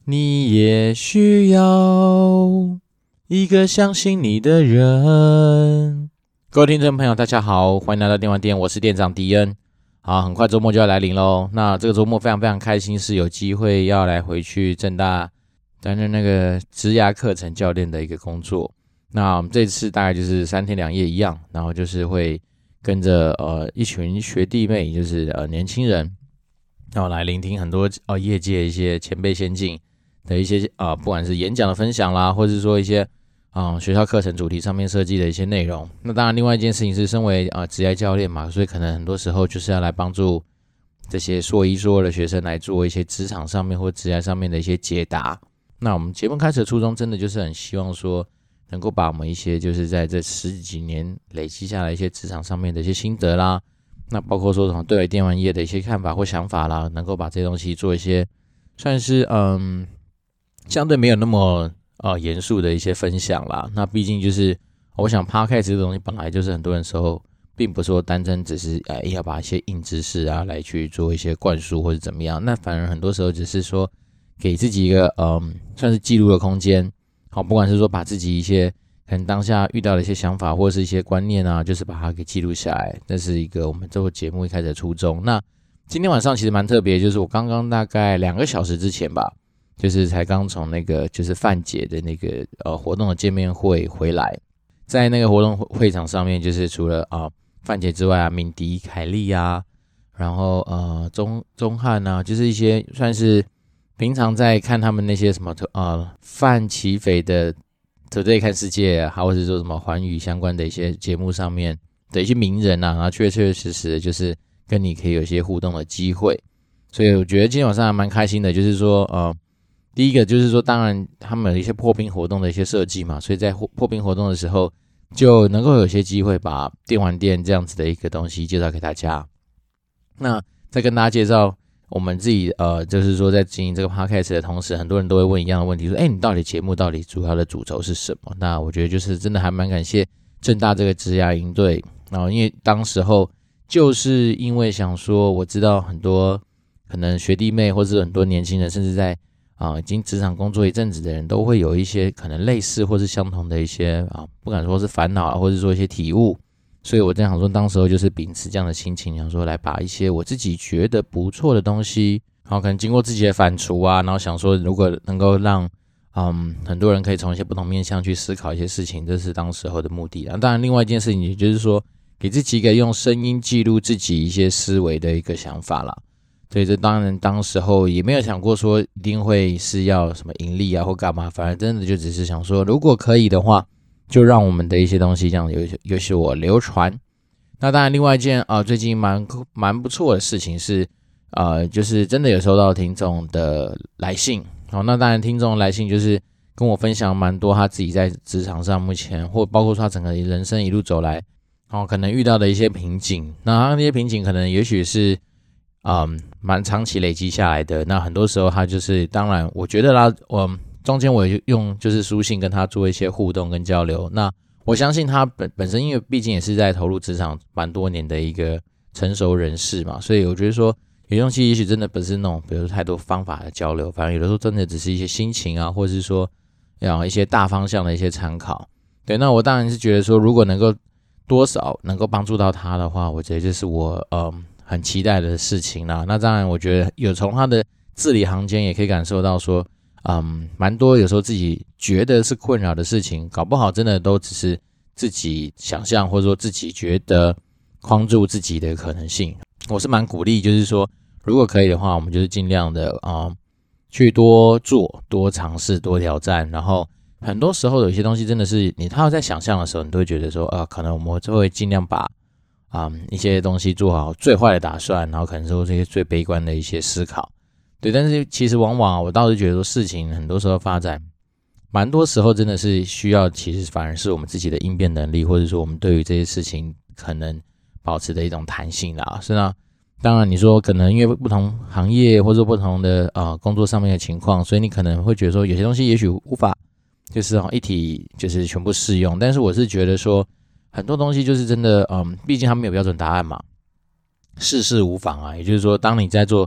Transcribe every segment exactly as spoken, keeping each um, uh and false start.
你也需要一个相信你的人。各位听众朋友大家好，欢迎来到电玩店，我是店长迪恩。好，很快周末就要来临咯，那这个周末非常非常开心，是有机会要来回去政大担任那个职涯课程教练的一个工作。那我们这次大概就是三天两夜一样，然后就是会跟着呃一群学弟妹，就是呃年轻人，然后来聆听很多呃业界一些前辈先进的一些啊、呃，不管是演讲的分享啦，或者是说一些啊、呃、学校课程主题上面设计的一些内容。那当然，另外一件事情是，身为啊、呃、职业教练嘛，所以可能很多时候就是要来帮助这些硕一、硕二的学生来做一些职场上面或职业上面的一些解答。那我们节目开始的初衷，真的就是很希望说，能够把我们一些就是在这十几年累积下来一些职场上面的一些心得啦，那包括说什么对于电玩业的一些看法或想法啦，能够把这些东西做一些算是嗯。相对没有那么呃严肃的一些分享啦。那毕竟就是我想 Podcast 这个东西本来就是很多人时候并不是说单纯只是呃要把一些硬知识啊来去做一些灌输或者怎么样，那反而很多时候只是说给自己一个嗯算是记录的空间。好，不管是说把自己一些可能当下遇到的一些想法或者是一些观念啊，就是把它给记录下来，这是一个我们这个节目一开始的初衷。那今天晚上其实蛮特别，就是我刚刚大概两个小时之前吧。就是才刚从那个就是范姐的那个呃活动的见面会回来，在那个活动会场上面，就是除了啊、呃、范姐之外啊，敏迪、凯莉啊，然后呃钟钟汉啊，就是一些算是平常在看他们那些什么呃范奇斐的 Today 看世界啊，或者说什么环宇相关的一些节目上面的一些名人啊，然后确确实实的就是跟你可以有一些互动的机会，所以我觉得今天晚上还蛮开心的，就是说呃。第一个就是说，当然他们有一些破冰活动的一些设计嘛，所以在破冰活动的时候，就能够有些机会把电玩店这样子的一个东西介绍给大家。那在跟大家介绍我们自己呃，就是说在经营这个 podcast 的同时，很多人都会问一样的问题，说：“哎，你到底节目到底主要的主轴是什么？”那我觉得就是真的还蛮感谢政大这个职涯营队，然后因为当时候就是因为想说，我知道很多可能学弟妹或者是很多年轻人，甚至在啊，已经职场工作一阵子的人都会有一些可能类似或是相同的一些啊，不敢说是烦恼，或者说一些体悟，所以我在想说，当时候就是秉持这样的心情，想说来把一些我自己觉得不错的东西，然后可能经过自己的反刍啊，然后想说如果能够让嗯很多人可以从一些不同面向去思考一些事情，这是当时候的目的啊。当然，另外一件事情也就是说，给自己一个用声音记录自己一些思维的一个想法啦。所以这当然当时候也没有想过说一定会是要什么盈利啊或干嘛，反而真的就只是想说，如果可以的话，就让我们的一些东西这样有有所流传。那当然，另外一件啊、呃、最近蛮蛮不错的事情是，呃，就是真的有收到听众的来信。好，那当然听众来信就是跟我分享蛮多他自己在职场上目前或包括他整个人生一路走来，然后可能遇到的一些瓶颈。那他那些瓶颈可能也许是。嗯，蛮长期累积下来的。那很多时候他就是，当然我觉得啦，我中间我用就是书信跟他做一些互动跟交流。那我相信他本本身，因为毕竟也是在投入职场蛮多年的一个成熟人士嘛，所以我觉得说有些东西也许真的不是那种，比如说太多方法的交流，反正有的时候真的只是一些心情啊，或者是说要一些大方向的一些参考。对，那我当然是觉得说，如果能够多少能够帮助到他的话，我觉得就是我嗯。很期待的事情啦。那当然我觉得有从他的字里行间也可以感受到说嗯，蛮多有时候自己觉得是困扰的事情，搞不好真的都只是自己想象或者说自己觉得框住自己的可能性。我是蛮鼓励就是说如果可以的话，我们就是尽量的啊、嗯、去多做多尝试多挑战，然后很多时候有些东西真的是你他在想象的时候，你都会觉得说呃，可能我们就会尽量把啊、嗯，一些东西做好最坏的打算，然后可能说这些最悲观的一些思考，对。但是其实往往我倒是觉得说事情很多时候发展，蛮多时候真的是需要，其实反而是我们自己的应变能力，或者说我们对于这些事情可能保持的一种弹性啦。是啊，当然你说可能因为不同行业或者不同的呃工作上面的情况，所以你可能会觉得说有些东西也许无法就是一体就是全部适用，但是我是觉得说。很多东西就是真的，嗯，毕竟它没有标准答案嘛，世事无妨啊。也就是说，当你在做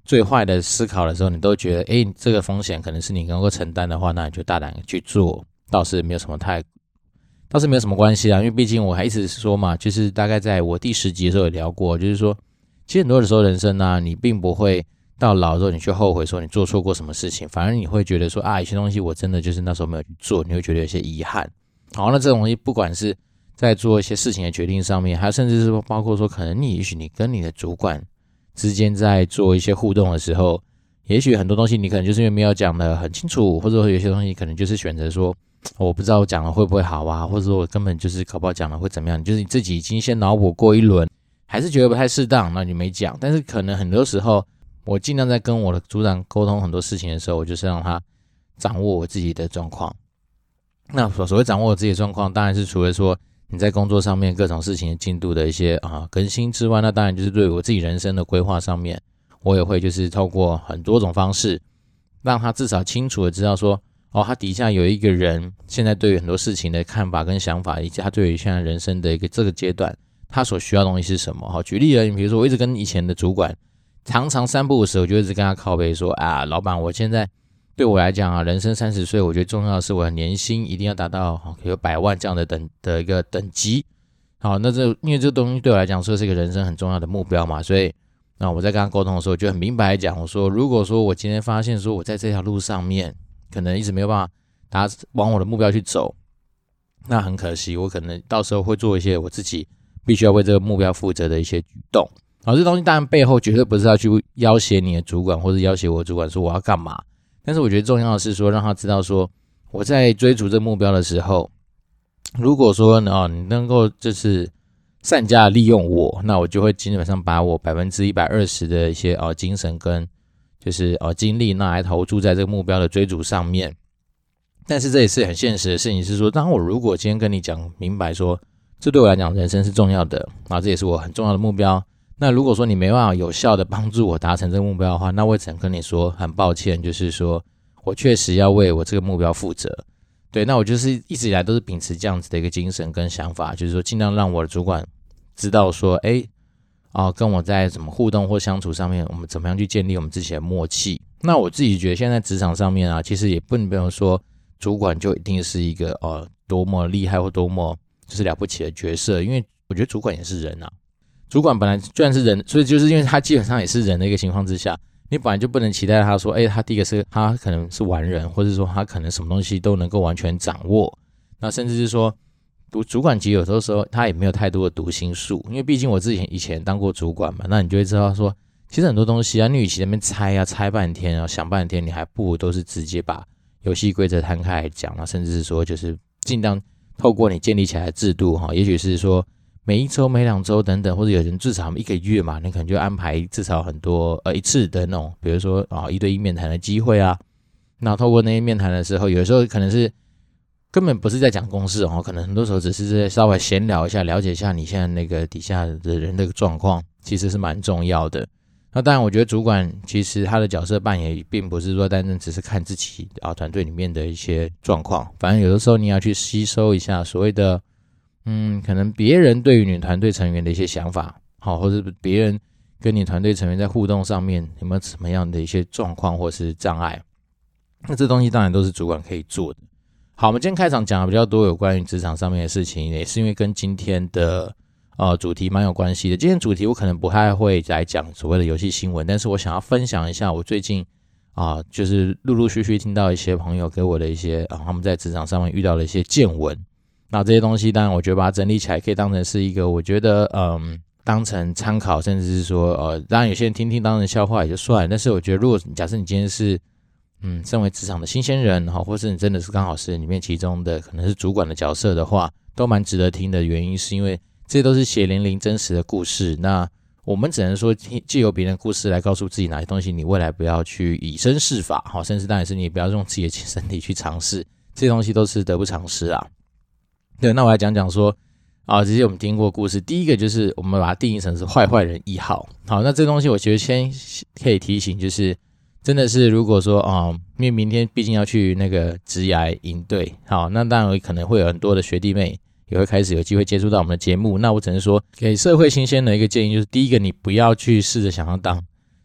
最坏的思考的时候，你都觉得诶这个风险可能是你能够承担的话，那你就大胆去做，倒是没有什么太倒是没有什么关系啦。因为毕竟我还一直说嘛，就是大概在我第十集的时候有聊过，就是说其实很多的时候人生啊，你并不会到老的时候你去后悔说你做错过什么事情，反而你会觉得说啊，有些东西我真的就是那时候没有去做，你会觉得有些遗憾。好，那这种东西不管是在做一些事情的决定上面，还有甚至是包括说可能你也许你跟你的主管之间在做一些互动的时候，也许很多东西你可能就是因为没有讲得很清楚，或者说有些东西可能就是选择说我不知道我讲了会不会好啊，或者说我根本就是搞不好讲了会怎么样，就是你自己已经先脑补过一轮，还是觉得不太适当，那你没讲。但是可能很多时候我尽量在跟我的组长沟通很多事情的时候，我就是让他掌握我自己的状况。那所谓掌握我自己的状况，当然是除了说你在工作上面各种事情的进度的一些啊更新之外，那当然就是对我自己人生的规划上面，我也会就是透过很多种方式，让他至少清楚的知道说，哦，他底下有一个人现在对于很多事情的看法跟想法，以及他对于现在人生的一个这个阶段，他所需要的东西是什么。好，举例而言，比如说我一直跟以前的主管常常三不五时，我就一直跟他靠背说啊，老板，我现在对我来讲啊，人生三十岁，我觉得重要的是我的年薪一定要达到有百万这样的等的一个等级。好，那这因为这个东西对我来讲说是一个人生很重要的目标嘛，所以那我在跟他沟通的时候就很明白讲，我说如果说我今天发现说我在这条路上面可能一直没有办法达往我的目标去走，那很可惜，我可能到时候会做一些我自己必须要为这个目标负责的一些举动。好，这东西当然背后绝对不是要去要挟你的主管或者要挟我的主管说我要干嘛，但是我觉得重要的是说让他知道说我在追逐这个目标的时候，如果说哦你能够就是善加利用我，那我就会基本上把我 百分之一百二十 的一些哦精神跟就是哦精力拿来投注在这个目标的追逐上面。但是这也是很现实的事情，是说当我如果今天跟你讲明白说这对我来讲人生是重要的，啊这也是我很重要的目标，那如果说你没办法有效的帮助我达成这个目标的话，那我只能跟你说很抱歉，就是说我确实要为我这个目标负责。对，那我就是一直以来都是秉持这样子的一个精神跟想法，就是说尽量让我的主管知道说诶啊，跟我在怎么互动或相处上面，我们怎么样去建立我们自己的默契。那我自己觉得现在职场上面啊，其实也不能说主管就一定是一个呃多么厉害或多么就是了不起的角色，因为我觉得主管也是人啊。主管本来居然是人，所以就是因为他基本上也是人的一个情况之下，你本来就不能期待他说，哎，他第一个是他可能是完人，或者说他可能什么东西都能够完全掌握。那甚至是说，主管其实有的时候他也没有太多的读心术，因为毕竟我自己以前当过主管嘛，那你就会知道说，其实很多东西啊，你与其在那边猜啊猜半天啊想半天，你还不如都是直接把游戏规则摊开来讲啊，甚至是说就是尽量透过你建立起来的制度哈，也许是说每一周、每两周等等，或者有人至少一个月嘛，你可能就安排至少很多呃一次的那种，比如说啊一对一面谈的机会啊。那透过那些面谈的时候，有的时候可能是根本不是在讲公事哦，可能很多时候只是在稍微闲聊一下，了解一下你现在那个底下的人的状况，其实是蛮重要的。那当然，我觉得主管其实他的角色扮演并不是说单纯只是看自己啊团队里面的一些状况，反正有的时候你要去吸收一下所谓的。嗯，可能别人对于你团队成员的一些想法，好，或者别人跟你团队成员在互动上面有没有什么样的一些状况或是障碍，那这东西当然都是主管可以做的。好，我们今天开场讲的比较多有关于职场上面的事情，也是因为跟今天的呃主题蛮有关系的。今天主题我可能不太会来讲所谓的游戏新闻，但是我想要分享一下我最近啊、呃，就是陆陆续续听到一些朋友给我的一些啊、呃，他们在职场上面遇到的一些见闻。那这些东西当然我觉得把它整理起来可以当成是一个我觉得嗯当成参考，甚至是说呃当然有些人听听当成笑话也就算了，但是我觉得如果假设你今天是嗯身为职场的新鲜人或是你真的是刚好是里面其中的可能是主管的角色的话，都蛮值得听的。原因是因为这些都是血淋淋真实的故事，那我们只能说藉由别人的故事来告诉自己哪些东西你未来不要去以身试法，甚至当然是你也不要用自己的身体去尝试，这些东西都是得不偿失啊。对，那我来讲讲说啊，这些我们听过故事。第一个就是我们把它定义成是坏坏人一号。好，那这东西我觉得先可以提醒，就是真的是如果说啊，因为明天毕竟要去那个职涯营队，好，那当然可能会有很多的学弟妹也会开始有机会接触到我们的节目。那我只能说给社会新鲜的一个建议就是，第一个你不要去试着想要当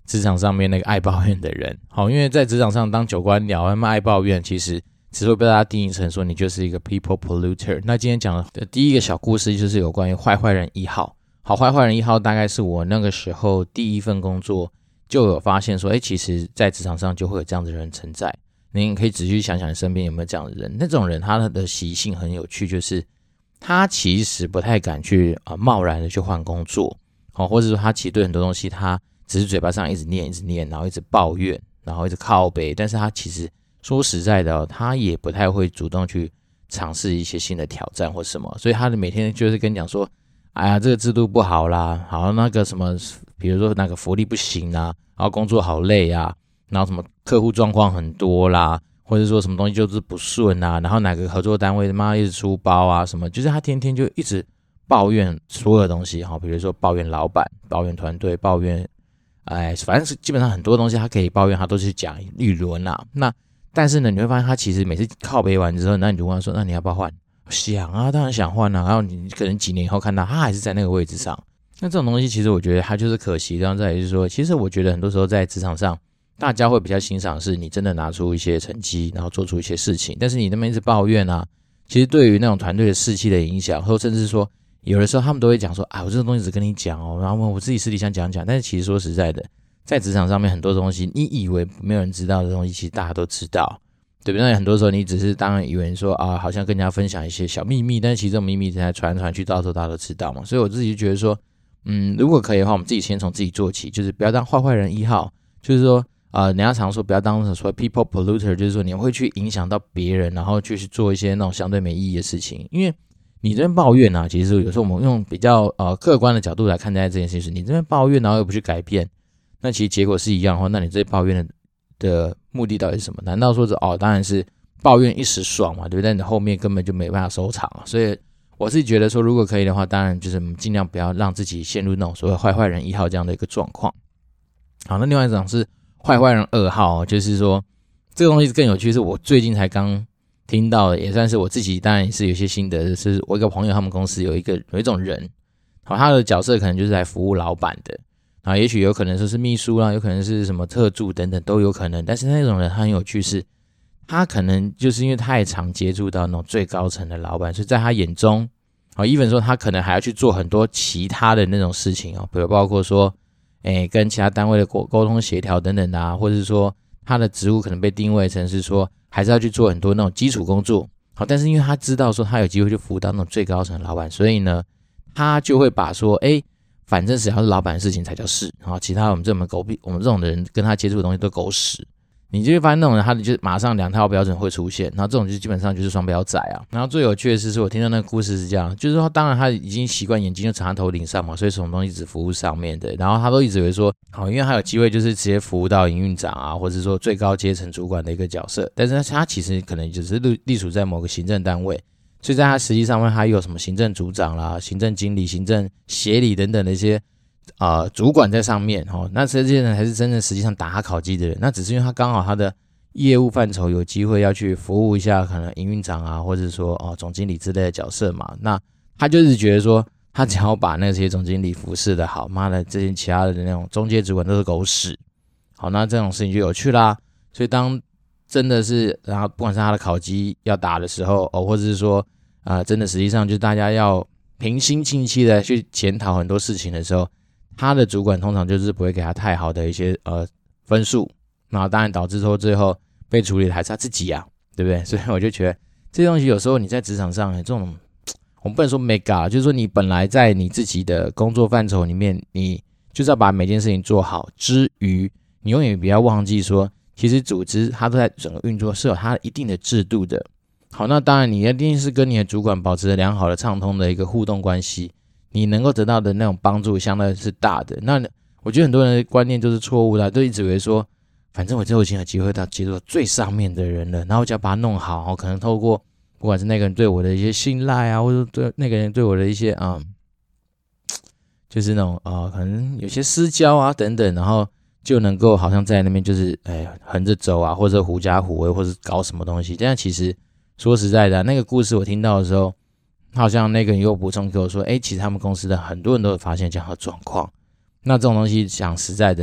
职场上面那个爱抱怨的人。好，因为在职场上当酒官僚，他们爱抱怨，其实只会被大家定义成说你就是一个 people polluter。那今天讲的第一个小故事就是有关于坏坏人一号。好，坏坏人一号大概是我那个时候第一份工作就有发现说，哎，其实在职场上就会有这样的人存在。你可以仔细想想你身边有没有这样的人。那种人他的习性很有趣，就是他其实不太敢去啊、呃、贸然的去换工作，好，或者说他其实对很多东西他只是嘴巴上一直念一直念，然后一直抱怨，然后一直靠北，但是他其实说实在的、哦、他也不太会主动去尝试一些新的挑战或什么，所以他的每天就是跟你讲说，哎呀这个制度不好啦，好那个什么比如说那个福利不行啊，然后工作好累啊，然后什么客户状况很多啦，或者说什么东西就是不顺啊，然后哪个合作单位他妈一直出包啊什么，就是他天天就一直抱怨所有的东西，比如说抱怨老板，抱怨团队，抱怨哎，反正是基本上很多东西他可以抱怨，他都是讲一轮啊。那但是呢，你会发现他其实每次靠北完之后，那你就问他说，那你要不要换？想啊，当然想换啊。然后你可能几年以后看到他还是在那个位置上，那这种东西其实我觉得他就是可惜。然后再来就是说，其实我觉得很多时候在职场上，大家会比较欣赏是你真的拿出一些成绩，然后做出一些事情。但是你那边一直抱怨啊，其实对于那种团队的士气的影响，或甚至说有的时候他们都会讲说，啊，我这种东西只跟你讲哦，然后我自己私底下讲讲。但是其实说实在的，在职场上面很多东西，你以为没有人知道的东西，其实大家都知道，对不对？那很多时候你只是当然以为说啊，好像跟人家分享一些小秘密，但是其实这种秘密才传传去，到时候大家都知道嘛。所以我自己就觉得说，嗯，如果可以的话，我们自己先从自己做起，就是不要当坏坏人一号，就是说啊、呃，人家常说不要当所谓 people polluter， 就是说你会去影响到别人，然后去做一些那种相对没意义的事情。因为你这边抱怨啊，其实有时候我们用比较呃客观的角度来看待这件事情，你这边抱怨然后又不去改变，那其实结果是一样的话，那你这抱怨的的目的到底是什么？难道说是哦，当然是抱怨一时爽嘛，对不对？但你后面根本就没办法收场，所以我是觉得说，如果可以的话，当然就是尽量不要让自己陷入那种所谓坏坏人一号这样的一个状况。好，那另外一种是坏坏人二号，就是说这个东西更有趣，是我最近才刚听到的，也算是我自己当然也是有些心得，是我一个朋友他们公司有一个有一种人，好，他的角色可能就是来服务老板的。啊，也许有可能说是秘书啦，有可能是什么特助等等都有可能，但是那种人他很有趣是，他可能就是因为太常接触到那种最高层的老板，所以在他眼中，啊 even 说他可能还要去做很多其他的那种事情哦，比如包括说，诶跟其他单位的沟沟通协调等等的啊，或者是说他的职务可能被定位成是说还是要去做很多那种基础工作，好，但是因为他知道说他有机会去服务到那种最高层的老板，所以呢，他就会把说，诶反正只要是老板的事情才叫事，然后其他我们这种狗屁，我们这种的人跟他接触的东西都狗屎。你就会发现那种人，他就马上两套标准会出现，然后这种就基本上就是双标仔啊。然后最有趣的是，是我听到那个故事是这样，就是说，当然他已经习惯眼睛就藏在头顶上嘛，所以什么东西只服务上面的，然后他都一直以为说，好，因为他有机会就是直接服务到营运长啊，或者说最高阶层主管的一个角色，但是他其实可能只是隶属在某个行政单位。所以在他实际上面，他有什么行政组长啦、行政经理、行政协理等等的一些呃主管在上面哦，那这些人才是真正实际上打他考绩的人。那只是因为他刚好他的业务范畴有机会要去服务一下可能营运长啊，或者说哦总经理之类的角色嘛。那他就是觉得说，他只要把那些总经理服侍的好，妈的这些其他的那种中阶主管都是狗屎。好，那这种事情就有趣啦。所以当真的是，然后不管是他的考绩要打的时候，哦，或者是说啊、呃，真的实际上就是大家要平心静气的去检讨很多事情的时候，他的主管通常就是不会给他太好的一些呃分数，然后当然导致说最后被处理的还是他自己啊，对不对？所以我就觉得这些东西有时候你在职场上这种，我们不能说 mega， 就是说你本来在你自己的工作范畴里面，你就是要把每件事情做好之余，你永远不要忘记说，其实组织它都在整个运作是有它一定的制度的。好，那当然你一定是跟你的主管保持良好的畅通的一个互动关系，你能够得到的那种帮助相对是大的。那我觉得很多人的观念就是错误的，都一直以为说，反正我就已经有机会到接触到最上面的人了，然后我就要把它弄好，可能透过不管是那个人对我的一些信赖啊，或者对那个人对我的一些啊、嗯，就是那种啊、呃，可能有些私交啊等等，然后就能够好像在那边就是哎横着走啊，或者狐假虎威，或者搞什么东西。但其实说实在的、啊，那个故事我听到的时候，好像那个人又补充给我说，哎，其实他们公司的很多人都有发现这样的状况。那这种东西讲实在的，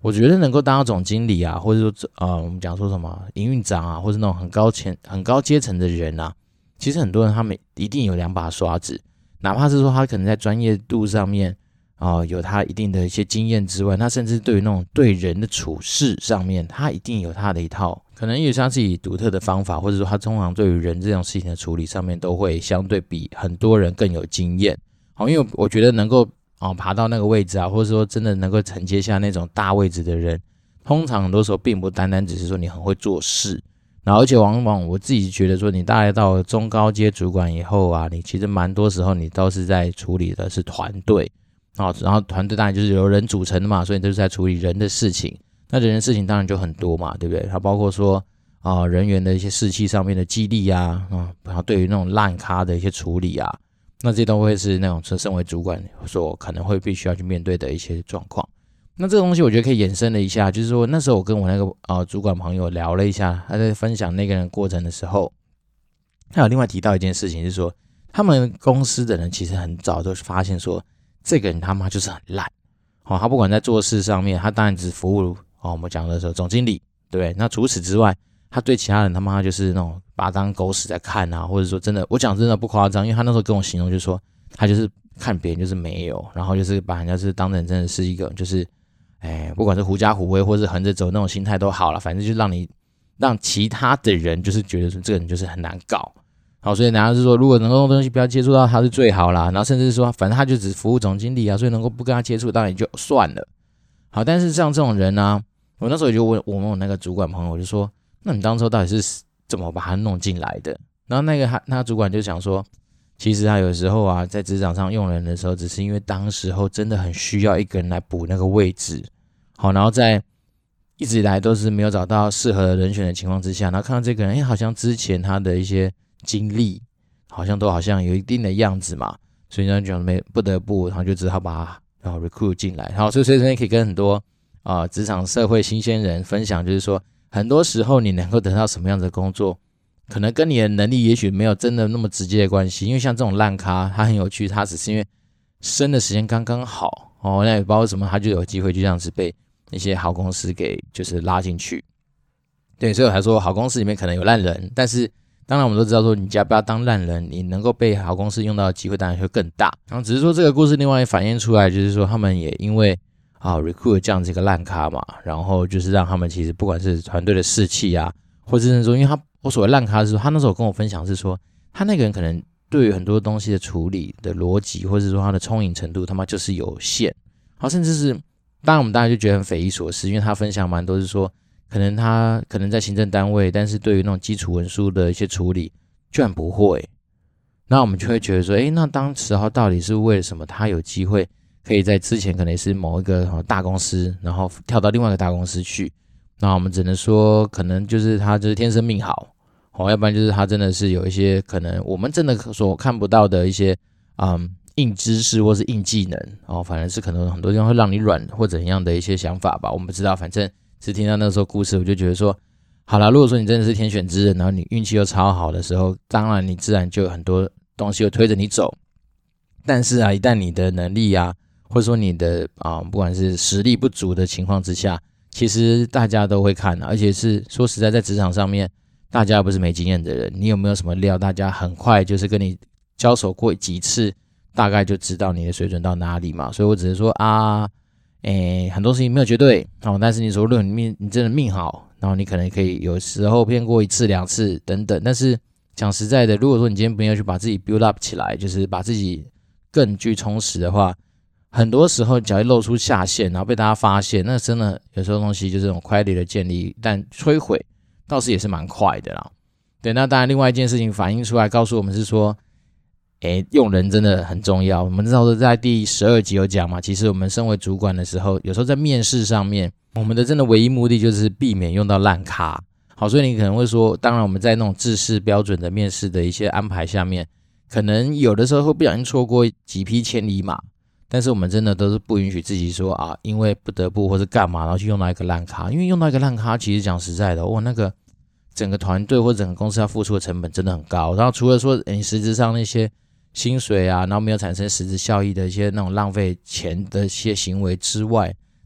我觉得能够当到总经理啊，或者说呃，我们讲说什么营运长啊，或是那种很高前、很高阶层的人啊，其实很多人他们一定有两把刷子，哪怕是说他可能在专业度上面啊、呃、有他一定的一些经验之外，那甚至对于那种对人的处事上面，他一定有他的一套，可能也是他自己独特的方法，或者说他通常对于人这种事情的处理上面，都会相对比很多人更有经验。好，因为我觉得能够哦，爬到那个位置啊，或者说真的能够承接下那种大位置的人，通常很多时候并不单单只是说你很会做事，然后而且往往我自己觉得说，你大概到中高阶主管以后啊，你其实蛮多时候你都是在处理的是团队啊，然后团队当然就是由人组成的嘛，所以都是在处理人的事情。那人的事情当然就很多嘛，对不对？它包括说啊人员的一些士气上面的激励啊，啊，然后对于那种烂咖的一些处理啊。那这都会是那种身为主管所可能会必须要去面对的一些状况。那这个东西我觉得可以延伸了一下，就是说那时候我跟我那个呃主管朋友聊了一下，他在分享那个人过程的时候，他有另外提到一件事情，是说他们公司的人其实很早就发现说，这个人他妈就是很烂。哦，他不管在做事上面，他当然只服务哦我们讲的时候总经理，对不对？那除此之外，他对其他人他妈就是那种把他当狗屎在看啊，或者说真的，我讲真的不夸张，因为他那时候跟我形容就是说，他就是看别人就是没有，然后就是把人家是当成真的是一个就是，哎，不管是狐假虎威或是横着走那种心态都好了，反正就让你让其他的人就是觉得说这个人就是很难搞。好，所以然后是说，如果能够用东西不要接触到他是最好啦，然后甚至是说，反正他就只服务总经理啊，所以能够不跟他接触，当然也就算了。好，但是像这种人呢、啊，我那时候就问我问我那个主管朋友，我就说，那你当初到底是怎么把他弄进来的？然后那个他他主管就想说，其实他有时候啊，在职场上用人的时候，只是因为当时候真的很需要一个人来补那个位置。好，然后在一直以来都是没有找到适合的人选的情况之下，然后看到这个人，哎，好像之前他的一些经历，好像都好像有一定的样子嘛，所以呢就没不得不，然后就只好把他然后 recruit 进来。好，所以所以这边可以跟很多啊、呃、职场社会新鲜人分享，就是说。很多时候你能够得到什么样的工作，可能跟你的能力也许没有真的那么直接的关系，因为像这种烂咖，他很有趣，他只是因为生的时间刚刚好哦，那也不知道为什么他就有机会就这样子被那些好公司给就是拉进去。对，所以我才说好公司里面可能有烂人，但是当然我们都知道说你只要不要当烂人，你能够被好公司用到的机会当然会更大。然后只是说这个故事另外反映出来就是说他们也因为啊 recruit 这样子一个烂咖嘛，然后就是让他们其实不管是团队的士气啊，或者是说因为他我所谓烂咖是说他那时候跟我分享是说他那个人可能对于很多东西的处理的逻辑，或者说他的聪颖程度他妈就是有限。好，甚至是当然我们大家就觉得很匪夷所思，因为他分享蛮多是说可能他可能在行政单位，但是对于那种基础文书的一些处理居然不会。那我们就会觉得说，诶，那当时他到底是为了什么他有机会可以在之前可能是某一个大公司，然后跳到另外一个大公司去，那我们只能说可能就是他就是天生命好，哦，要不然就是他真的是有一些可能我们真的所看不到的一些嗯硬知识或是硬技能，哦，反正是可能很多地方会让你软或怎样的一些想法吧，我们不知道，反正只听到那时候故事，我就觉得说，好啦，如果说你真的是天选之人，然后你运气又超好的时候，当然你自然就有很多东西会推着你走，但是啊，一旦你的能力啊，或者说你的啊、呃，不管是实力不足的情况之下，其实大家都会看、啊、而且是说实在，在职场上面，大家不是没经验的人，你有没有什么料，大家很快就是跟你交手过几次，大概就知道你的水准到哪里嘛。所以我只是说啊，诶，很多事情没有绝对哦，但是你说如果你命你真的命好，然后你可能可以有时候骗过一次两次等等，但是讲实在的，如果说你今天没有去把自己 build up 起来，就是把自己更具充实的话，很多时候只要一露出下限，然后被大家发现，那真的有时候东西就是这种 credit 的建立，但摧毁倒是也是蛮快的啦。对，那当然另外一件事情反映出来告诉我们是说，诶，用人真的很重要。我们知道说在第十二集有讲嘛，其实我们身为主管的时候，有时候在面试上面，我们的真的唯一目的就是避免用到烂咖。好，所以你可能会说，当然我们在那种制式标准的面试的一些安排下面，可能有的时候会不小心错过几匹千里马，但是我们真的都是不允许自己说啊，因为不得不或是干嘛，然后去用到一个烂咖。因为用到一个烂咖，其实讲实在的，哇，那个整个团队或整个公司要付出的成本真的很高。然后除了说你实质上那些薪水啊，然后没有产生实质效益的一些那种浪费钱的一些行为之外，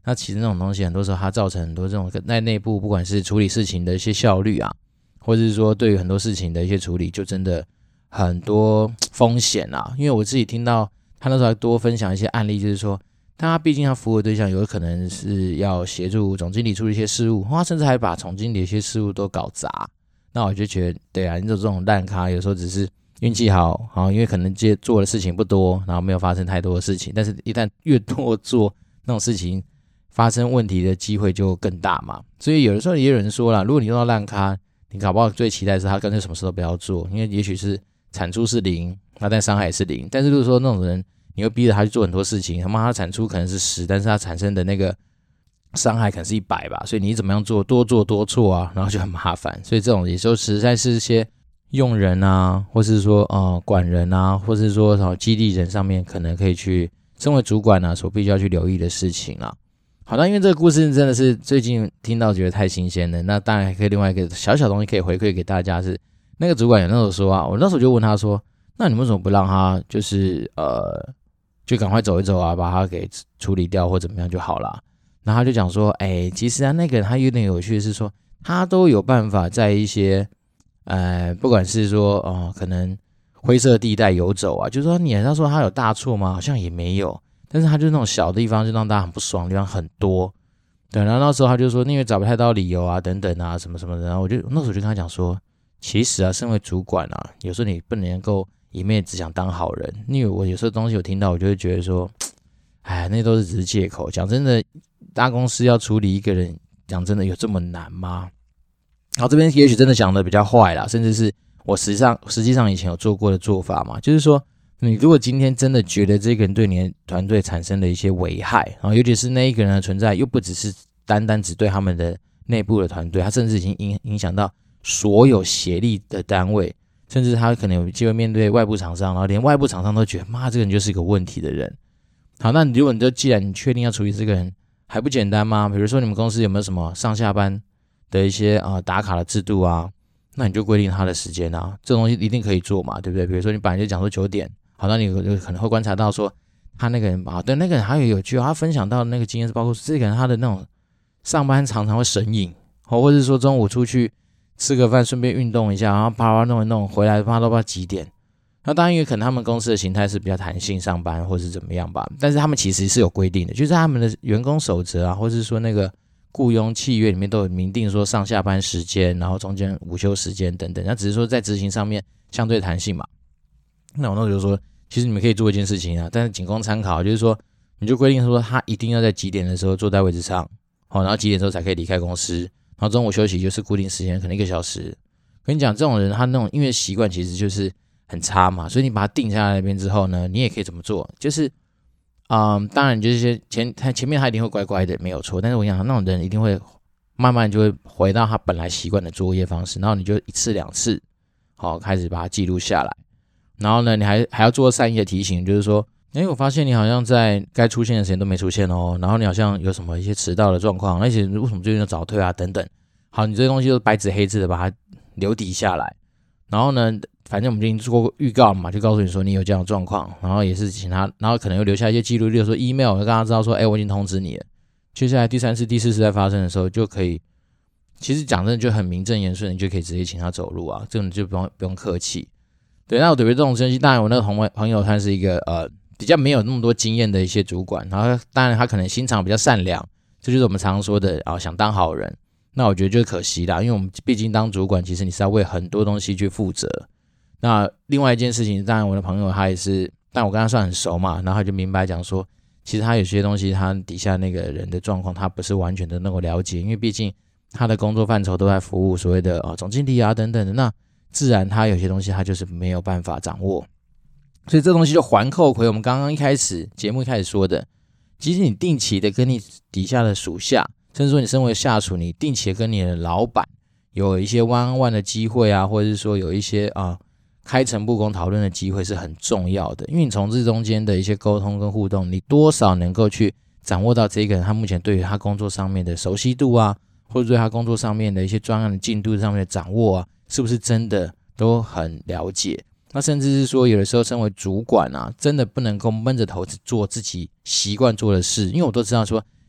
那其实那种东西很多时候它造成很多这种在内部不管是处理事情的一些效率啊，或者是说对于很多事情的一些处理，就真的很多风险啊。因为我自己听到他那时候还多分享一些案例，就是说他毕竟他服务的对象有可能是要协助总经理处理一些事务，他甚至还把总经理的一些事务都搞砸。那我就觉得对啊，你这种烂咖有时候只是运气好，好，因为可能接做的事情不多，然后没有发生太多的事情，但是一旦越多做那种事情，发生问题的机会就更大嘛。所以有的时候也有人说啦，如果你用到烂咖，你搞不好最期待的是他干脆什么事都不要做，因为也许是产出是零，那但伤害也是零。但是如果说那种人，你会逼着他去做很多事情，他妈他产出可能是十，但是他产生的那个伤害可能是一百吧，所以你怎么样做，多做多错啊，然后就很麻烦。所以这种也就实在是一些用人啊，或是说呃管人啊，或是说什么激励人上面，可能可以去身为主管啊所必须要去留意的事情啊。好，那因为这个故事真的是最近听到觉得太新鲜了，那当然还可以另外一个小小东西可以回馈给大家是，那个主管有那时候说啊，我那时候就问他说，那你为什么不让他就是呃就赶快走一走啊，把他给处理掉或怎么样就好了。然后他就讲说，哎，其实啊那个人他有点有趣的是说，他都有办法在一些呃不管是说哦、呃、可能灰色地带游走啊，就是说你要说他有大错吗？好像也没有。但是他就那种小地方就让大家很不爽的地方很多，对，然后那时候他就说因为找不太到理由啊等等啊什么什么的，然后我就那时候就跟他讲说，其实啊身为主管啊，有时候你不能够一面只想当好人，因为我有时候东西我听到我就会觉得说，哎，那都是只是借口。讲真的，大公司要处理一个人，讲真的有这么难吗？然后这边也许真的讲的比较坏啦，甚至是我实际上实际上以前有做过的做法嘛，就是说你如果今天真的觉得这个人对你的团队产生了一些危害，然后尤其是那一个人的存在又不只是单单只对他们的内部的团队，他甚至已经影影响到所有协力的单位，甚至他可能有机会面对外部厂商，然后连外部厂商都觉得妈这个人就是一个问题的人。好，那如果你就既然你确定要处理这个人，还不简单吗？比如说你们公司有没有什么上下班的一些啊、呃、打卡的制度啊？那你就规定他的时间啊，这种东西一定可以做嘛，对不对？比如说你本来就讲说九点。好，那你有可能会观察到说，他那个人啊，对，那个人还有有趣，他分享到的那个经验是包括这个人他的那种上班常常会神隐，或者是说中午出去吃个饭，顺便运动一下，然后啪啪弄一弄，回来啪都不知道几点。那当然也可能他们公司的形态是比较弹性上班，或是怎么样吧，但是他们其实是有规定的，就是他们的员工守则啊，或是说那个雇佣契约里面都有明定说上下班时间，然后中间午休时间等等，那只是说在执行上面相对弹性嘛。那我那时候就说，其实你们可以做一件事情啊，但是仅供参考，就是说，你就规定说他一定要在几点的时候坐在位置上，好，然后几点之后才可以离开公司，然后中午休息就是固定时间，可能一个小时。跟你讲，这种人他那种因为习惯其实就是很差嘛，所以你把他定下来那边之后呢，你也可以怎么做，就是，嗯，当然就是前他前面他一定会乖乖的没有错，但是我想那种人一定会慢慢就会回到他本来习惯的作业方式，然后你就一次两次，好，开始把它记录下来。然后呢，你还还要做善意的提醒，就是说，哎，我发现你好像在该出现的时间都没出现哦，然后你好像有什么一些迟到的状况，而且为什么最近又早退啊等等。好，你这些东西都白纸黑字的把它留底下来。然后呢，反正我们已经做过预告了嘛，就告诉你说你有这样的状况，然后也是请他，然后可能又留下一些记录，例如说 email， 让他知道说，哎，我已经通知你了。接下来第三次、第四次在发生的时候，就可以，其实讲真的就很名正言顺，你就可以直接请他走路啊，这种就不用不用客气。对，那我对于这种东西，当然我那个朋朋友他是一个呃比较没有那么多经验的一些主管，然后当然他可能心肠比较善良，这就是我们常常说的啊想当好人。那我觉得就可惜啦，因为我们毕竟当主管，其实你是要为很多东西去负责。那另外一件事情，当然我的朋友他也是，但我跟他算很熟嘛，然后他就明白讲说，其实他有些东西他底下那个人的状况，他不是完全的能够了解，因为毕竟他的工作范畴都在服务所谓的啊总经理啊等等的那。自然他有些东西他就是没有办法掌握，所以这东西就环扣回我们刚刚一开始节目一开始说的，其实你定期的跟你底下的属下，甚至说你身为下属，你定期的跟你的老板有一些 one on one 的机会啊，或者是说有一些啊开诚布公讨论的机会是很重要的，因为你从这中间的一些沟通跟互动，你多少能够去掌握到这个人他目前对于他工作上面的熟悉度啊，或者对他工作上面的一些专案的进度上面的掌握啊，是不是真的都很了解？那甚至是说，有的时候身为主管啊，真的不能够闷着头做自己习惯做的事，因为我都知道说，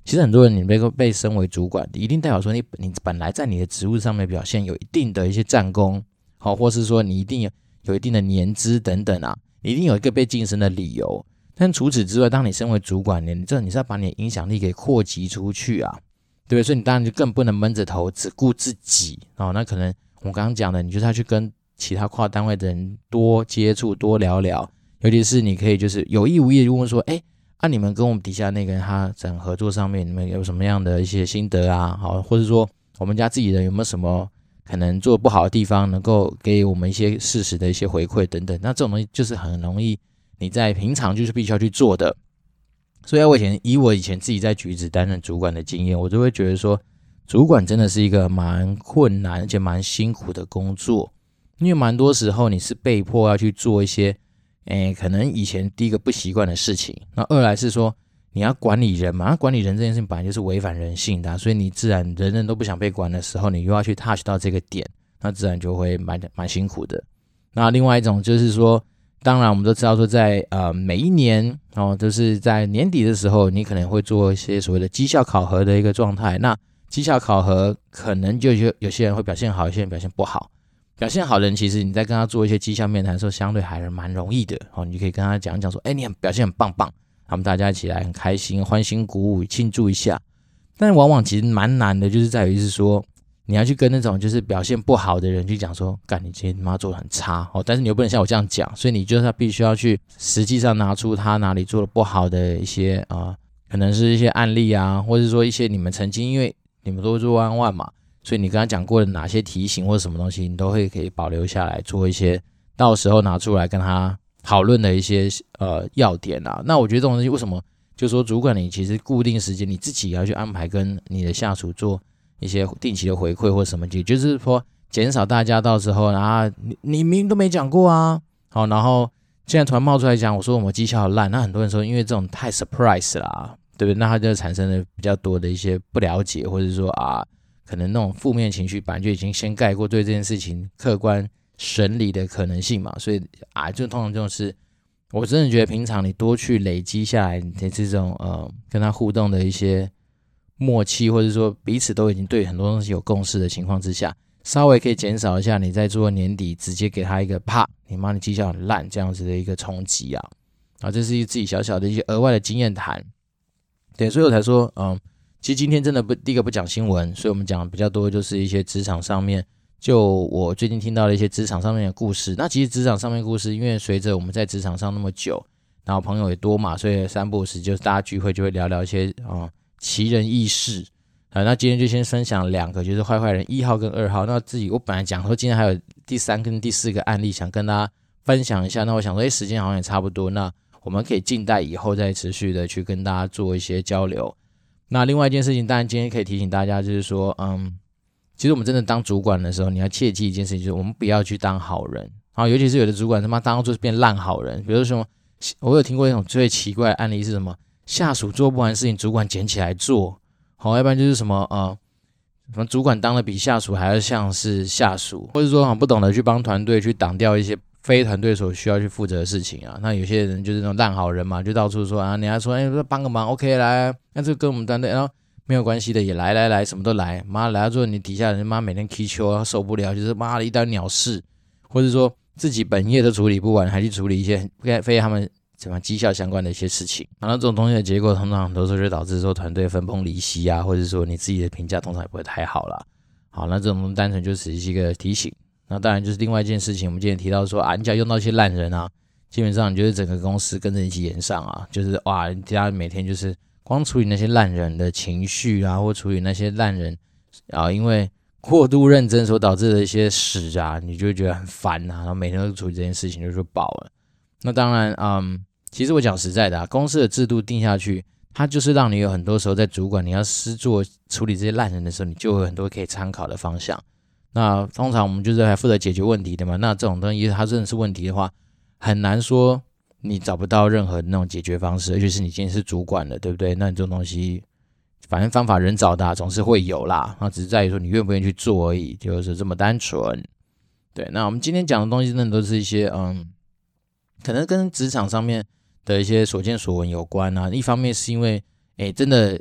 其实很多人你被被升为主管，一定代表说你你本来在你的职务上面表现有一定的一些战功，好，或是说你一定有有一定的年资等等啊，你一定有一个被晋升的理由。但除此之外，当你身为主管，你这你是要把你的影响力给扩及出去啊，对不对？所以你当然就更不能闷着头只顾自己哦。那可能我刚刚讲的，你就是要去跟其他跨单位的人多接触、多聊聊，尤其是你可以就是有意无意的问说，哎，啊你们跟我们底下那个人他整合作上面，你们有什么样的一些心得啊？好，或者说我们家自己人有没有什么可能做不好的地方，能够给我们一些适时的一些回馈等等。那这种东西就是很容易。你在平常就是必须要去做的，所以我以前以我以前自己在橘子担任主管的经验，我就会觉得说，主管真的是一个蛮困难而且蛮辛苦的工作，因为蛮多时候你是被迫要去做一些，诶，可能以前第一个不习惯的事情，那二来是说你要管理人嘛，那管理人这件事情本来就是违反人性的、啊，所以你自然人人都不想被管的时候，你又要去 touch 到这个点，那自然就会蛮蛮辛苦的。那另外一种就是说。当然我们都知道说在呃每一年哦，就是在年底的时候，你可能会做一些所谓的绩效考核的一个状态。那绩效考核可能就有有些人会表现好，有些人表现不好。表现好的人其实你在跟他做一些绩效面谈的时候，相对还是蛮容易的哦。你就可以跟他讲讲说，哎，你很表现很棒棒，他们大家一起来很开心，欢欣鼓舞，庆祝一下。但往往其实蛮难的，就是在于是说。你要去跟那种就是表现不好的人去讲说，干你今天他妈做得很差哦，但是你又不能像我这样讲，所以你就是必须要去实际上拿出他哪里做的不好的一些啊、呃，可能是一些案例啊，或者说一些你们曾经因为你们都做万万嘛，所以你跟他讲过的哪些提醒或者什么东西，你都会可以保留下来做一些，到时候拿出来跟他讨论的一些呃要点啊。那我觉得这种东西为什么，就是说主管你其实固定时间你自己要去安排跟你的下属做。一些定期的回馈或什么，也就是说减少大家到时候啊，你你明明都没讲过啊，好，然后现在突然冒出来讲，我说我们绩效很烂，那很多人说因为这种太 surprise 啦，对不对？那他就产生了比较多的一些不了解，或者说啊，可能那种负面情绪本来就已经先盖过对这件事情客观审理的可能性嘛，所以啊，就通常这种事，我真的觉得平常你多去累积下来你这种呃跟他互动的一些。默契，或者说彼此都已经对很多东西有共识的情况之下，稍微可以减少一下你在做年底直接给他一个啪，你妈你绩效很烂这样子的一个冲击啊，啊，这是自己小小的一些额外的经验谈。对，所以我才说，嗯，其实今天真的不第一个不讲新闻，所以我们讲比较多就是一些职场上面，就我最近听到的一些职场上面的故事。那其实职场上面的故事，因为随着我们在职场上那么久，然后朋友也多嘛，所以三不五时就是大家聚会就会聊聊一些啊。嗯奇人异事啊，那今天就先分享两个，就是坏坏人一号跟二号。那自己我本来讲说今天还有第三跟第四个案例想跟大家分享一下，那我想说，哎，时间好像也差不多，那我们可以静待以后再持续的去跟大家做一些交流。那另外一件事情，当然今天可以提醒大家，就是说，嗯，其实我们真的当主管的时候，你要切记一件事情，就是我们不要去当好人啊，尤其是有的主管他妈当做变烂好人，比如说我有听过一种最奇怪的案例是什么？下属做不完的事情，主管捡起来做，好，要不然就是什么呃，什么主管当的比下属还要像是下属，或者说很不懂得去帮团队去挡掉一些非团队所需要去负责的事情啊。那有些人就是那种烂好人嘛，就到处说啊，你还说哎帮个忙 ，OK 来，那这个跟我们团队然后没有关系的也来来来，什么都来，妈来到之后你底下人妈每天 K 球受不了，就是妈的一堆鸟事，或者说自己本业都处理不完，还去处理一些非他们。什么绩效相关的一些事情，然后这种东西的结果，通常很多时候就导致说团队分崩离析啊，或者说你自己的评价通常也不会太好啦。好，那这种东西单纯就只是一个提醒。那当然就是另外一件事情，我们今天提到说啊，你只要用到一些烂人啊，基本上你就是整个公司跟着一起演上啊，就是哇，大家每天就是光处理那些烂人的情绪啊，或处理那些烂人啊，因为过度认真所导致的一些屎啊，你就会觉得很烦啊，然后每天都处理这件事情就说饱了。那当然，嗯。其实我讲实在的啊，公司的制度定下去，它就是让你有很多时候在主管你要施作处理这些烂人的时候，你就有很多可以参考的方向。那通常我们就是来负责解决问题的嘛，那这种东西它真的是问题的话，很难说你找不到任何那种解决方式，尤其是你今天是主管了，对不对？那你这种东西，反正方法人找的啊，总是会有啦，那只是在于说你愿不愿意去做而已，就是这么单纯。对，那我们今天讲的东西，真的都是一些嗯，可能跟职场上面的一些所见所闻有关啊。一方面是因为，哎，真的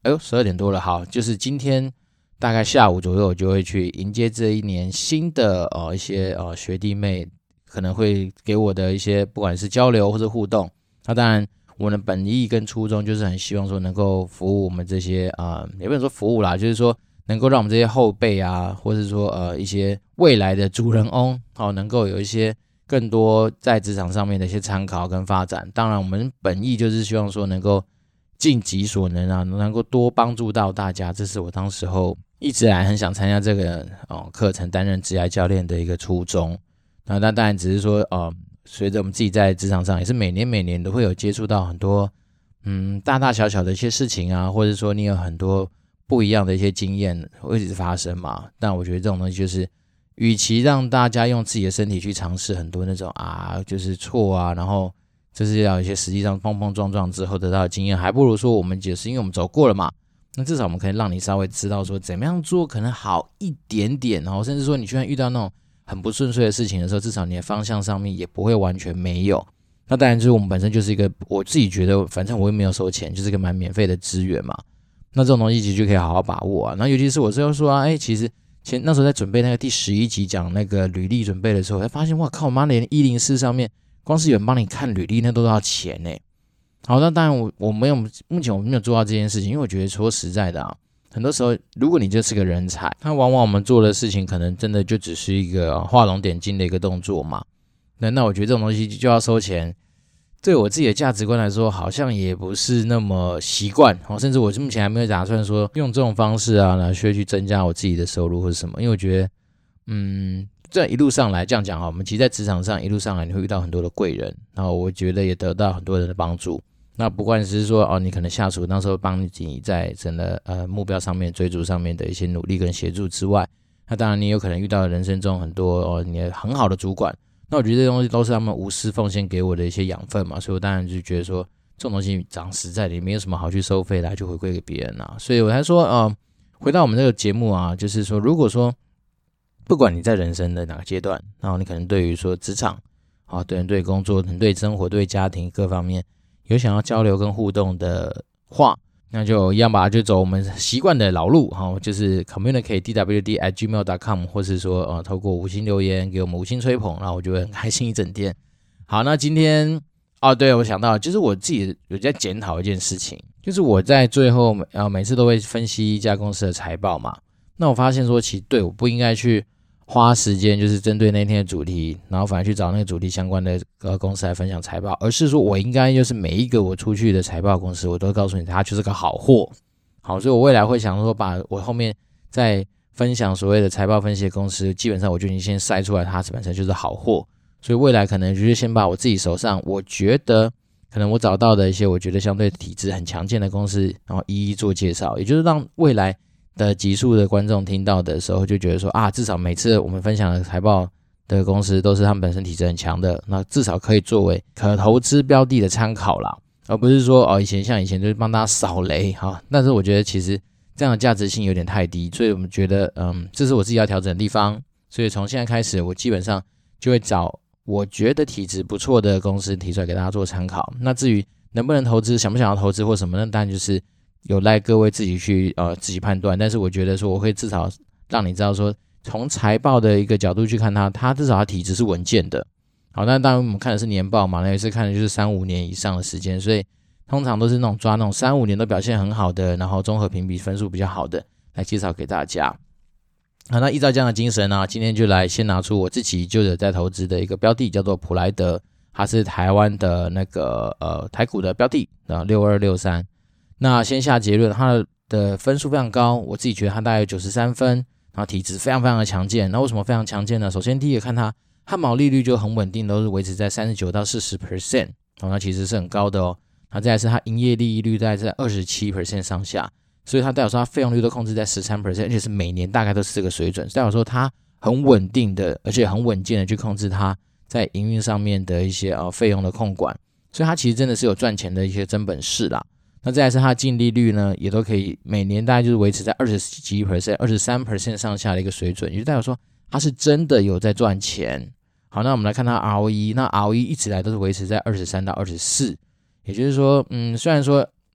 哎呦，十二点多了，好，就是今天大概下午左右，我就会去迎接这一年新的呃一些呃学弟妹可能会给我的一些不管是交流或者互动。那当然，我的本意跟初衷就是很希望说能够服务我们这些啊、呃，也不能说服务啦，就是说能够让我们这些后辈啊，或者说呃一些未来的主人翁，好、哦，能够有一些更多在职场上面的一些参考跟发展。当然，我们本意就是希望说能够尽己所能啊，能够多帮助到大家。这是我当时候一直来很想参加这个哦课程，担任职业教练的一个初衷。那那当然只是说呃。随着我们自己在职场上也是每年每年都会有接触到很多嗯大大小小的一些事情啊，或者说你有很多不一样的一些经验会一直发生嘛。但我觉得这种东西就是与其让大家用自己的身体去尝试很多那种啊就是错啊，然后就是要一些实际上碰碰撞撞之后得到的经验，还不如说我们解释因为我们走过了嘛，那至少我们可以让你稍微知道说怎么样做可能好一点点，然后甚至说你居然遇到那种很不顺遂的事情的时候，至少你的方向上面也不会完全没有。那当然就是我们本身就是一个，我自己觉得反正我又没有收钱，就是一个蛮免费的资源嘛。那这种东西其实就可以好好把握啊。那尤其是我是要说啊，哎，其实前那时候在准备那个第十一集讲那个履历准备的时候，才发现哇靠，妈连一零四上面光是有人帮你看履历那都要钱呢。好，那当然我我没有，目前我没有做到这件事情，因为我觉得说实在的啊。很多时候，如果你就是个人才，那往往我们做的事情可能真的就只是一个画龙点睛的一个动作嘛。那那我觉得这种东西就要收钱，对我自己的价值观来说，好像也不是那么习惯。甚至我目前还没有打算说用这种方式啊，来去增加我自己的收入或者什么。因为我觉得，嗯，这一路上来这样讲啊，我们其实在职场上一路上来，你会遇到很多的贵人，然后我觉得也得到很多人的帮助。那不管是说哦，你可能下属那时候帮你在整个呃目标上面追逐上面的一些努力跟协助之外，那当然你有可能遇到人生中很多哦你很好的主管，那我觉得这些东西都是他们无私奉献给我的一些养分嘛，所以我当然就觉得说这种东西讲实在的，也没有什么好去收费来去回馈给别人啊，所以我才说呃，回到我们这个节目啊，就是说如果说不管你在人生的哪个阶段，然后你可能对于说职场啊，对对工作、对生活、对家庭各方面。有想要交流跟互动的话，那就一样吧，就走我们习惯的老路哈，就是 communicate d w d at gmail dot com， 或是说呃透过五星留言给我们五星吹捧，然后我就会很开心一整天。好，那今天哦，对我想到就是我自己有在检讨一件事情，就是我在最后呃每次都会分析一家公司的财报嘛，那我发现说其实对我不应该去花时间就是针对那天的主题，然后反而去找那个主题相关的呃公司来分享财报，而是说我应该就是每一个我出去的财报公司，我都告诉你它就是个好货。好，所以我未来会想说，把我后面在分享所谓的财报分析的公司，基本上我就已经先筛出来，它本身就是好货。所以未来可能就是先把我自己手上我觉得可能我找到的一些我觉得相对体质很强健的公司，然后一一做介绍，也就是让未来的集数的观众听到的时候就觉得说啊，至少每次我们分享的财报的公司都是他们本身体质很强的，那至少可以作为可投资标的的参考啦，而不是说哦以前像以前就是帮大家扫雷哈。但是我觉得其实这样的价值性有点太低，所以我们觉得嗯，这是我自己要调整的地方。所以从现在开始，我基本上就会找我觉得体质不错的公司提出来给大家做参考。那至于能不能投资，想不想要投资或什么，那当然就是有赖各位自己去呃自己判断，但是我觉得说我会至少让你知道说，从财报的一个角度去看它，它至少它体质是稳健的。好，那当然我们看的是年报嘛，那也是看的就是三五年以上的时间，所以通常都是那种抓那种三五年都表现很好的，然后综合评比分数比较好的来介绍给大家。好，那依照这样的精神呢、啊，今天就来先拿出我自己就有在投资的一个标的，叫做普莱德，它是台湾的那个呃台股的标的啊，六二六三。那先下结论，它的分数非常高，我自己觉得它大概有九十三分，然后体质非常非常的强健。那为什么非常强健呢？首先第一个看它它毛利率就很稳定，都是维持在三十九到四十 percent， 哦，那其实是很高的哦。那再来是它营业利率大概在 百分之二十七 上下，所以它代表说它费用率都控制在 百分之十三， 而且是每年大概都是这个水准，代表说它很稳定的，而且很稳健的去控制它在营运上面的一些呃费用的控管，所以它其实真的是有赚钱的一些真本事啦。那再来是它的净利率呢，也都可以每年大概就是维持在 百分之二十几 百分之二十三 上下的一个水准，也就代表说它是真的有在赚钱。好，那我们来看它 R O E， 那 R O E 一直来都是维持在二十三到二十四，也就是说，嗯，虽然说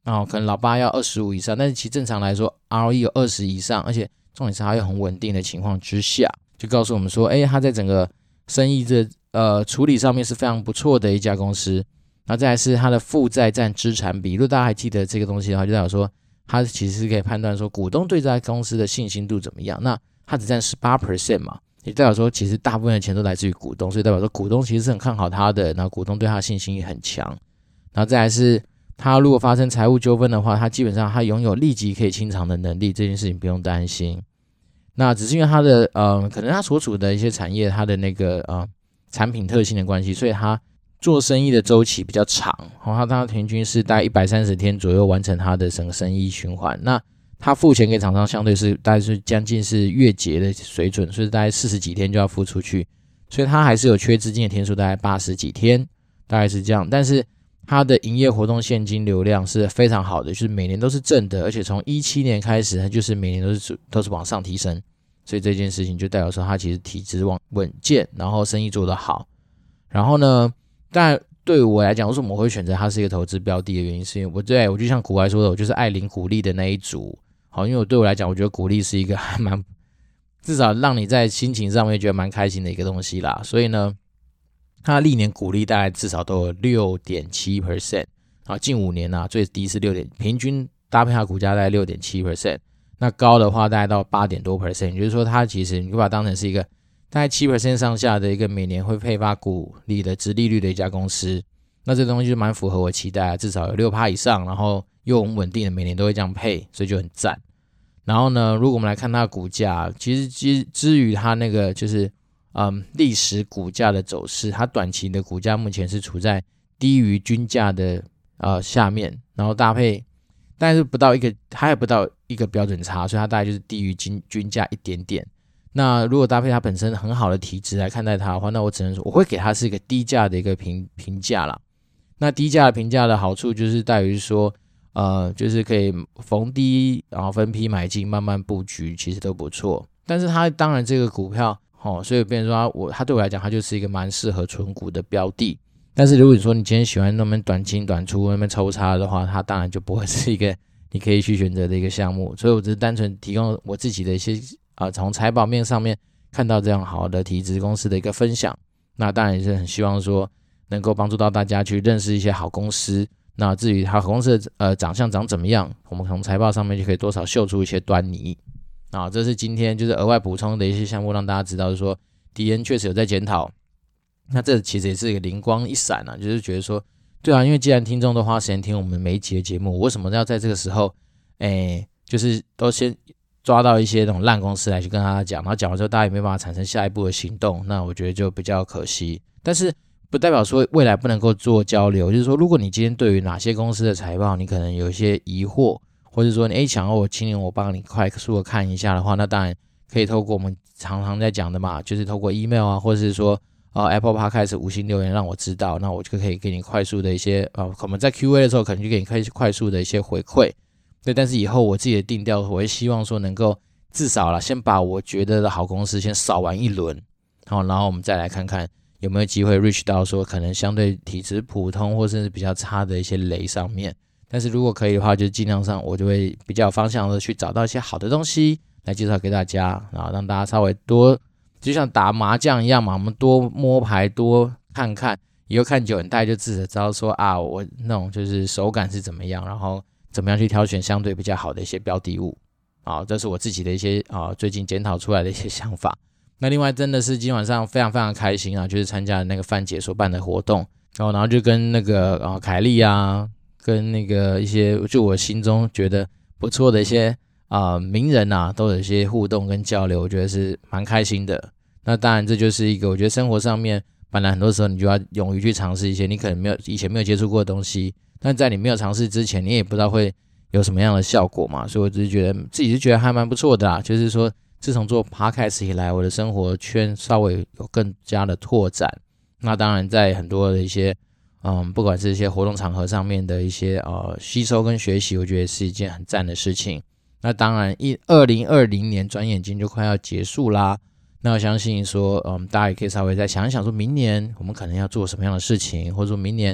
哦，可能老八要二十五以上，但是其实正常来说 R O E 有二十以上，而且重点是它又很稳定的情况之下，就告诉我们说，哎，它在整个生意这呃处理上面是非常不错的一家公司。然后再来是它的负债占资产比，如果大家还记得这个东西的话，就代表说它其实是可以判断说股东对这家公司的信心度怎么样。那它只占 百分之十八 嘛，也代表说其实大部分的钱都来自于股东，所以代表说股东其实是很看好它的，然后股东对它的信心也很强。然后再来是它如果发生财务纠纷的话，它基本上它拥有立即可以清偿的能力，这件事情不用担心。那只是因为它的呃，可能它所处的一些产业，它的那个呃产品特性的关系，所以它做生意的周期比较长，它它平均是大概一百三十天左右完成它的整个生意循环。那它付钱给厂商相对是大概是将近是月结的水准，所以大概四十几天就要付出去，所以它还是有缺资金的天数，大概八十几天，大概是这样。但是它的营业活动现金流量是非常好的，就是每年都是正的，而且从十七年开始，它就是每年都是都是往上提升，所以这件事情就代表说它其实体质稳健，然后生意做得好。然后呢，但对我来讲，为什么我会选择它是一个投资标的的原因，是因为我对我就像股来说的，我就是爱领股利的那一组。好，因为我对我来讲，我觉得股利是一个还蛮至少让你在心情上面觉得蛮开心的一个东西啦。所以呢，它历年股利大概至少都有 百分之六点七， 啊，近五年啊最低是六点，平均搭配它股价大概 百分之六点七， 那高的话大概到 八点多 percent， 也就是说它其实你就把它当成是一个大概 百分之七 上下的一个每年会配发股利的殖利率的一家公司。那这东西就蛮符合我期待啊，至少有 百分之六 以上，然后又很稳定的每年都会这样配，所以就很赞。然后呢，如果我们来看它的股价，其实基至于它那个就是嗯历史股价的走势，它短期的股价目前是处在低于均价的呃下面，然后搭配但是不到一个，它也不到一个标准差，所以它大概就是低于均均价一点点。那如果搭配它本身很好的体质来看待它的话，那我只能说我会给它是一个低价的一个评评价啦。那低价的评价的好处就是在于说呃，就是可以逢低然后分批买进，慢慢布局，其实都不错。但是它当然这个股票哦，所以变成说它我它对我来讲，它就是一个蛮适合存股的标的。但是如果你说你今天喜欢那边短进短出那边抽插的话，它当然就不会是一个你可以去选择的一个项目。所以我只是单纯提供我自己的一些啊，从财报面上面看到这样好的体质公司的一个分享。那当然也是很希望说能够帮助到大家去认识一些好公司。那至于好公司的呃长相长怎么样，我们从财报上面就可以多少嗅出一些端倪。啊，这是今天就是额外补充的一些项目，让大家知道就是说 D N 确实有在检讨。那这其实也是一个灵光一闪啊，就是觉得说，对啊，因为既然听众都花时间听我们每一集的节目，我为什么要在这个时候，哎，就是都先抓到一些那种烂公司来去跟大家讲，然后讲完之后大家也没办法产生下一步的行动，那我觉得就比较可惜。但是不代表说未来不能够做交流，就是说如果你今天对于哪些公司的财报你可能有一些疑惑，或者说你诶想要我请我帮你快速的看一下的话，那当然可以透过我们常常在讲的嘛，就是透过 email 啊，或者是说呃 Apple Podcast 五星留言让我知道，那我就可以给你快速的一些呃可能在 Q A 的时候可能就给你快快速的一些回馈。对，但是以后我自己的定调，我会希望说能够至少啦先把我觉得的好公司先扫完一轮，好，然后我们再来看看有没有机会 reach 到说可能相对体质普通或甚至比较差的一些雷上面。但是如果可以的话，就尽量上我就会比较有方向的去找到一些好的东西来介绍给大家，然后让大家稍微多就像打麻将一样嘛，我们多摸牌多看看，以后看久你大概就自己知道说啊我那种就是手感是怎么样，然后怎么样去挑选相对比较好的一些标的物。好，这是我自己的一些啊最近检讨出来的一些想法。那另外真的是今晚上非常非常开心啊，就是参加那个范姐所办的活动，然后然后就跟那个啊凯莉啊，跟那个一些就我心中觉得不错的一些啊、呃、名人啊，都有一些互动跟交流，我觉得是蛮开心的。那当然这就是一个我觉得生活上面本来很多时候你就要勇于去尝试一些你可能没有以前没有接触过的东西，但在你没有尝试之前，你也不知道会有什么样的效果嘛，所以我只是觉得自己是觉得还蛮不错的啦，就是说自从做 podcast 以来，我的生活圈稍微有更加的拓展。那当然在很多的一些嗯，不管是一些活动场合上面的一些呃吸收跟学习，我觉得是一件很赞的事情。那当然二零二零年转眼间就快要结束啦，那我相信说嗯，大家也可以稍微再想一想说明年我们可能要做什么样的事情，或者说明年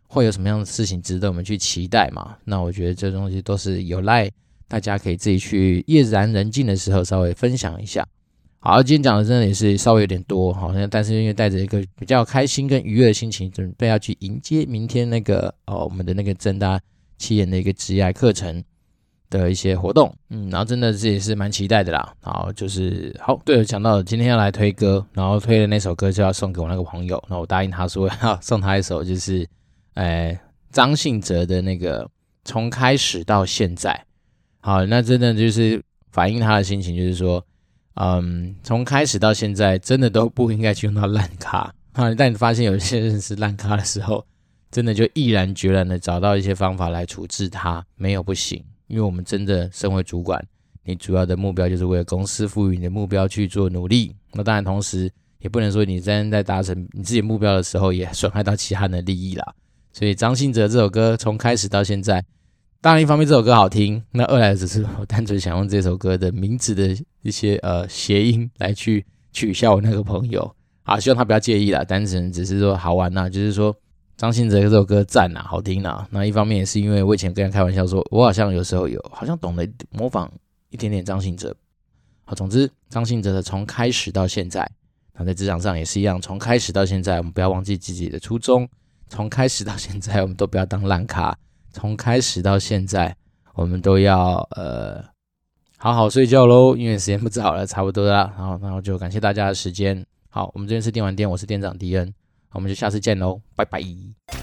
会有什么样的事情值得我们去期待嘛？那我觉得这东西都是有赖大家可以自己去夜阑人静的时候稍微分享一下。好，今天讲的真的也是稍微有点多，好像但是因为带着一个比较开心跟愉悦的心情，准备要去迎接明天那个哦我们的那个政大企研的一个职业课程的一些活动，嗯，然后真的是也是蛮期待的啦。好，就是好，对了，讲到了今天要来推歌，然后推的那首歌就要送给我那个朋友，那我答应他说要送他一首，就是呃张信哲的那个从开始到现在。好，那真的就是反映他的心情，就是说。嗯，从开始到现在，真的都不应该去用到烂咖啊！但你发现有些人是烂咖的时候，真的就毅然决然的找到一些方法来处置他，没有不行。因为我们真的身为主管，你主要的目标就是为了公司赋予你的目标去做努力。那当然，同时也不能说你真的在达成你自己目标的时候，也损害到其他人的利益啦。所以张信哲这首歌从开始到现在。当然，一方面这首歌好听，那二来只是我单纯想用这首歌的名字的一些呃谐音来去取笑我那个朋友啊，希望他不要介意啦，单纯只是说好玩呐、啊，就是说张信哲这首歌赞呐、啊，好听呐、啊。那一方面也是因为我以前跟人开玩笑说，我好像有时候有好像懂得模仿一点点张信哲。好，总之张信哲的从开始到现在，那在职场上也是一样，从开始到现在，我们不要忘记自己的初衷，从开始到现在，我们都不要当烂咖。从开始到现在，我们都要呃好好睡觉咯，因为时间不早了，差不多了。然后，然后就感谢大家的时间。好，我们这边是电玩店，我是店长迪恩，我们就下次见咯，拜拜。